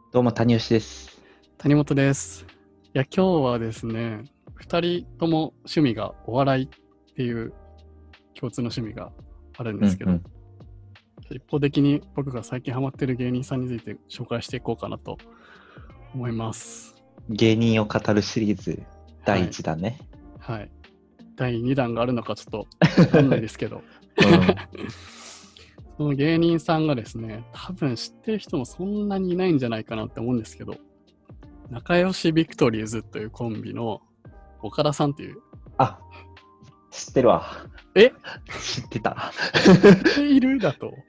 どうも、谷吉です。 谷本です。いや、今日はですね、二人とも趣味がお笑いっていう共通の趣味があるんですけど、 うんうん。 一方的に僕が最近ハマってる芸人さんについて紹介していこうかなと思います。 芸人を語るシリーズ第はい。 一弾ね。 はい。第2弾があるのかちょっとわかんないですけど、 うん。 その芸人さんがですね、多分知ってる人もそんなにいないんじゃないかなって思うんですけど、仲良しビクトリーズというコンビの岡田さんっていう、 あ、知ってるわ。 え知ってた。 っているだと、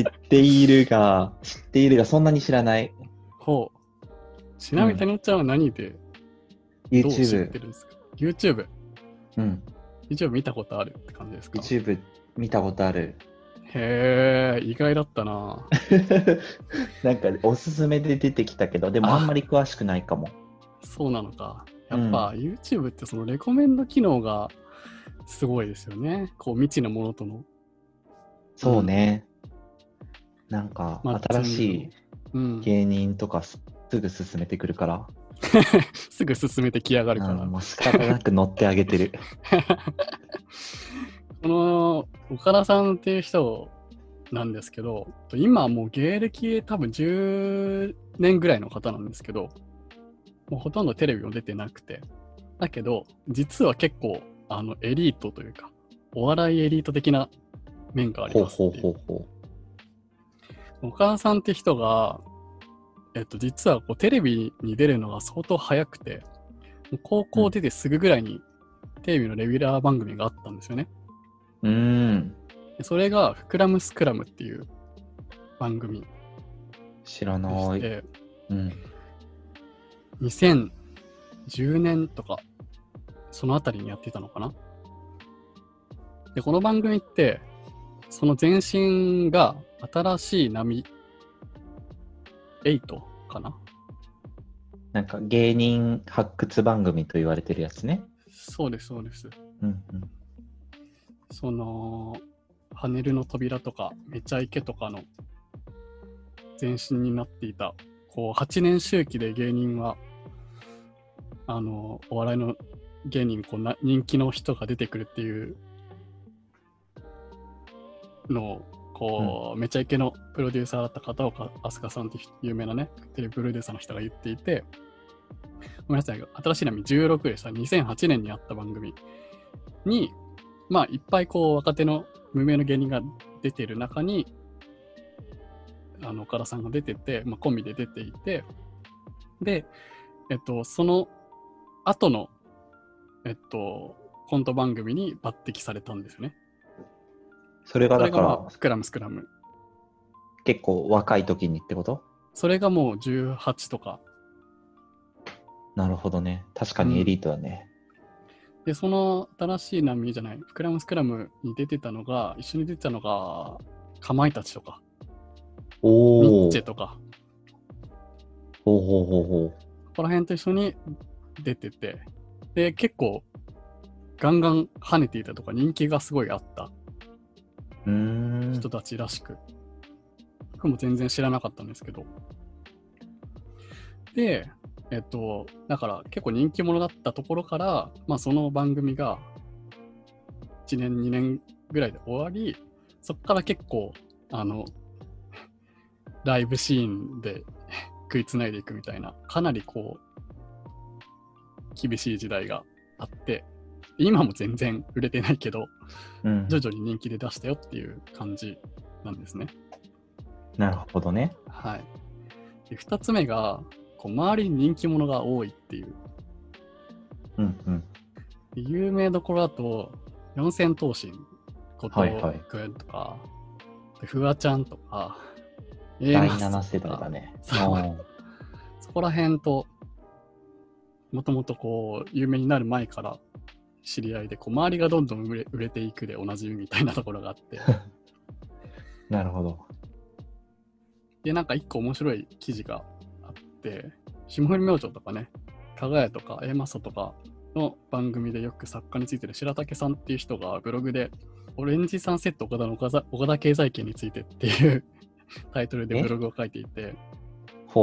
知っているが、そんなに知らない。 ほう。ちなみにうん。 谷本ちゃんは何でどう知っ YouTube。 てるんですか？ YouTube。 うん。 YouTube 見たことあるって感じですか？ YouTube 見たことある。 へえ、意外だったな。 なんか、おすすめで出てきたけど、でもあんまあ、 り詳しくないかも。 そうなのか。やうん。 っぱ YouTube ってそのレコメンド機能がすごいですよね。こう未知のものとの、うん、 そうね。なんか、 マッチ新しいングの。うん。 芸人とかすぐ進めてくるから、 すぐ進めてきやがるうん、 から。 もう仕方なく乗ってあげてる。 この岡田さんっていう人なんですけど、今もう芸歴多分10年ぐらいの方なんですけど、もうほとんどテレビも出てなくて。だけど、実は結構、エリートというか、お笑いエリート的な面がありほうほうますっていう。 ほうほ岡田さんって人が、実はこうテレビに出るのが相当早くて、もう高う。うん。 校出てすぐぐらいにテレビのレギュラー番組があったんですよね。 うーん。 でそれが、フクラムスクラムっていう番組知らでしない。 て、 うん。 2010年とか、そのあたりにやってたのかな。で、この番組って、その前身が新しい波8かな。 なんか芸人発掘番組と言われてるやつね。 そうです、そうです。 うんうん。 その、パネルの扉とか、めちゃイケとかの前身になっていた、こう、8年周期で芸人は、お笑いの芸人、こうな、人気の人が出てくるっていうのを、 うん。 こう、めちゃイケのプロデューサーだった片岡飛鳥さんって有名なね、テレビプロデューサーの人が言っていて、ごめんなさい、新しい波16でした。2008年にあった番組に、まあ、いっぱいこう、若手の無名の芸人が出ている中に、岡田さんが出てて、まあ、コンビで出ていて、で、その後の、コント番組に抜擢されたんですよね。 それがそれがまあ、 だからスクラムスクラム。 結構若い時にってこと？ それがもう18とか。 なるほどね。確かうん。 にエリートだね。 で、その新しい波じゃない、スクラムスクラムに出てたのが、一緒に出てたのが、かまいたちとか、ニッおー。 チェとか、 ほうほうほうほここら辺と一緒に出てて、で、結構、ガンガン跳ねていたとか、人気がすごいあったう。うーん。 人たちらしく、僕も全然知らなかったんですけど、で、だから結構人気者だったところから、まあその番組が1年、2年ぐらいで終わり、そこから結構、あの、ライブシーンで食いつないでいくみたいな、かなりこう、厳しい時代があって、今も全然売れてないけど、 うん。 徐々に人気で出したよっていう感じなんですね。 なるほどね。 はい。で、二つ目が、こう周りに人気者が多いっていう。 うんうん。 で有名どころだと、四千頭身、後藤はいはい。 くんとか、フワちゃんとか、A 第マッソ 7世代だとか、 ね。 そう、 おー。 そこら辺と、もともとこう、有名になる前から知り合いで、こう周りがどんどん売れていくでおなじみみたいなところがあって、 なるほど。 で、なんか一個面白い記事があって、霜降り明星とかね、かがやとか A マッソとかの番組でよく作家についてる白竹さんっていう人がブログで、オレンジサンセット岡田の岡田経済圏についてっていうタイトルでブえログを書いていて、 ほう。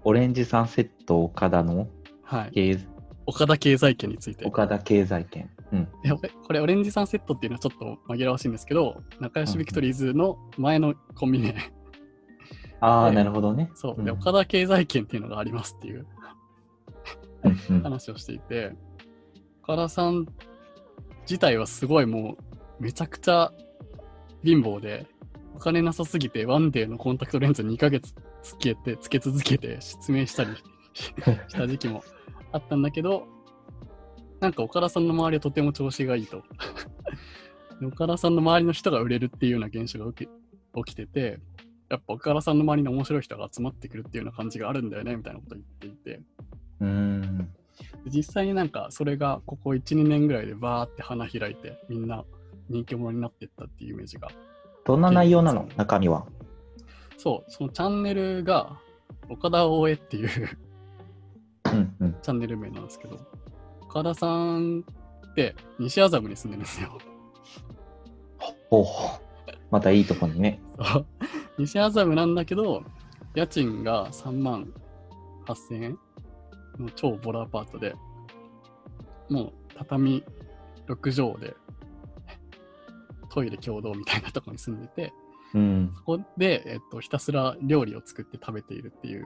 オレンジサンセット岡田のはい。 経岡田経済圏について。 岡田経済圏。うん。 でこれ、オレンジサンセットっていうのはちょっと紛らわしいんですけど、仲良しビクトリーズの前のコンビ名。 ああ、 でなるほどね。 そう。で、 ん岡田経済圏っていうのがありますっていううんうん話をしていて、岡田さん自体はすごいもう、めちゃくちゃ貧乏で、お金なさすぎて、ワンデーのコンタクトレンズ2ヶ月つけ続けて失明したりした時期もあったんだけど、なんか岡田さんの周りはとても調子がいいと。で岡田さんの周りの人が売れるっていうような現象が起きてて、やっぱ岡田さんの周りに面白い人が集まってくるっていうような感じがあるんだよね、みたいなことを言っていて。で実際になんかそれがここ1、2年ぐらいでバーって花開いて、みんな人気者になっていったっていうイメージが。 どんな内容なの中身は。 そう、そのチャンネルが岡田大江っていううんうん。 チャンネル名なんですけど、岡田さんって西麻布に住んでるんですよ。 ほう。またいいとこにね。 そう西麻布なんだけど、家賃が3万8000円の超ボロアパートで、もう畳6畳でトイレ共同みたいなところに住んでて、 うん。 そこで、ひたすら料理を作って食べているっていう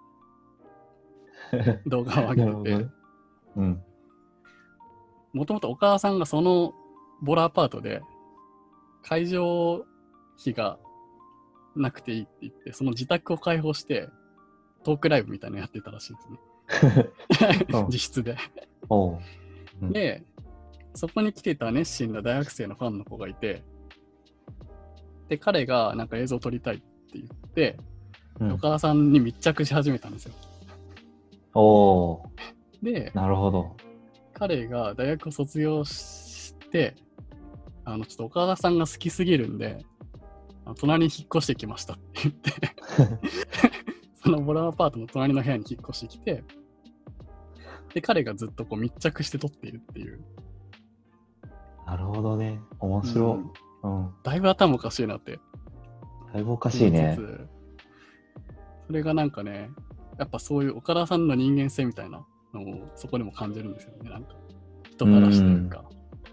動画を上げてて、 うん。 もともとお母さんがそのボロアパートで会場費がなくていいって言って、その自宅を開放してトークライブみたいなのやってたらしいですね。自室で。 おう、うん、 で、そこに来てた熱心な大学生のファンの子がいて、で、彼がなんか映像を撮りたいって言って、お母さんに密着し始めたんですよ。 おー。 で、 なるほど。 彼が大学を卒業して、ちょっと岡田さんが好きすぎるんで、隣に引っ越してきましたって言ってそのボロアパートの隣の部屋に引っ越してきて、で、彼がずっとこう密着して撮っているっていう。 なるほどね。面白い。 だいぶ頭おかしいなって。 だいぶおかしいね。 それがなんかね、やっぱそういう岡田さんの人間性みたいなのをそこでも感じるんですよね。なんか人たらしというか。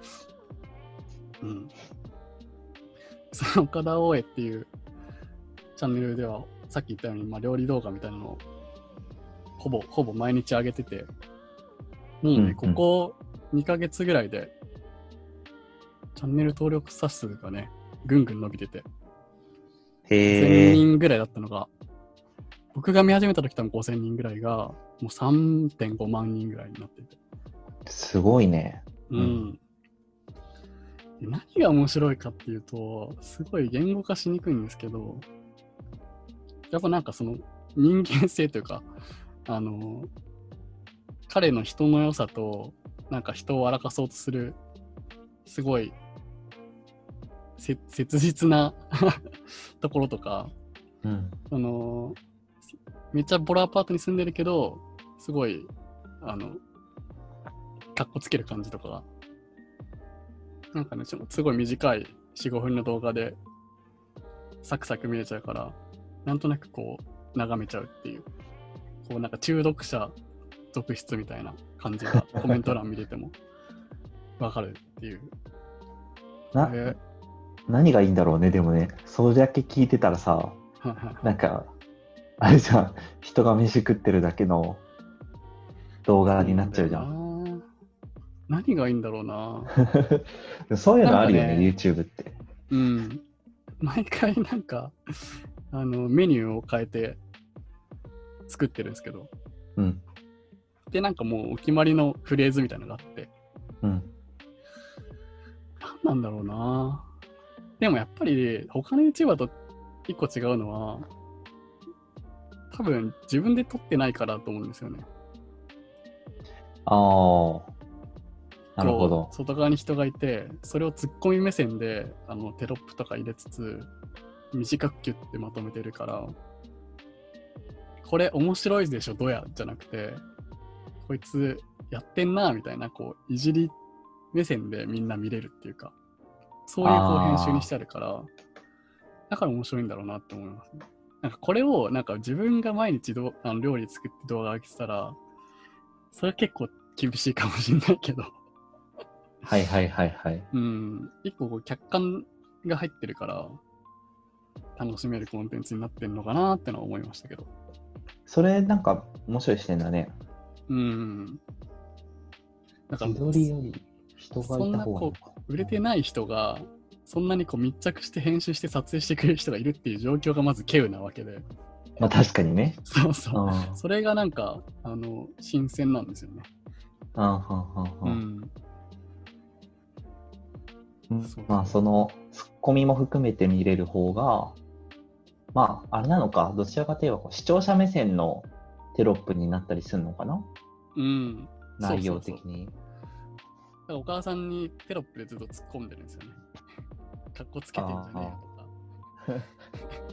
その岡田大江っていうチャンネルではさっき言ったように、まあ、料理動画みたいなのをほぼ毎日上げてて、もうね、ここ2ヶ月ぐらいでチャンネル登録者数がね、ぐんぐん伸びてて、1000人ぐらいだったのが、僕が見始めた時多分5000人ぐらいが、もう 3.5 万人ぐらいになってて。 すごいね。 何が面白いかっていうと、すごい言語化しにくいんですけど、やっぱなんかその人間性というか、彼の人の良さと、なんか人を笑かそうとする、すごい切実なところとか、めっちゃボロアパートに住んでるけど、すごい、かっこつける感じとか、なんかね、すごい短い4、5分の動画で、サクサク見れちゃうから、なんとなくこう、眺めちゃうっていう、こうなんか中毒者続出みたいな感じが、コメント欄見れても、わかるっていう。 何がいいんだろうね、でもね、それだけ聞いてたらさ、なんか、あれじゃん、人が飯食ってるだけの動画になっちゃうじゃん。 何がいいんだろうなそういうのあるよね、YouTube って。 毎回なんか、メニューを変えて作ってるんですけど、で、なんかもうお決まりのフレーズみたいなのがあって、何なんだろうなでもやっぱり他の YouTuber と一個違うのは、多分自分で撮ってないからと思うんですよね。 なるほど。 外側に人がいて、それをツッコミ目線でテロップとか入れつつ、短くキュッてまとめてるから、これ面白いでしょ、どやじゃなくて、こいつやってんなみたいな、こういじり目線でみんな見れるっていうか、そういうこう編集にしてあるから、だから面白いんだろうなって思いますね。 なんかこれをなんか自分が毎日料理作って動画上げてたら、それは結構厳しいかもしれないけど。 はいはいはいはい。 一個こう客観が入ってるから、楽しめるコンテンツになってんのかなってのは思いましたけど。 それなんか面白い視点だね。 なんか自撮りより人がいた方がいいのか。 そんなこう売れてない人が、そんなにこう密着して編集して撮影してくれる人がいるっていう状況がまず稀有なわけで。 まあ確かにね。 そうそう。それがなんか、新鮮なんですよね。 まあそのツッコミも含めて見れる方が、まああれなのか、どちらかといえば視聴者目線のテロップになったりするのかな。内容的に。 だからお母さんにテロップでずっと突っ込んでるんですよね。かっこつけてんじゃねえよとか。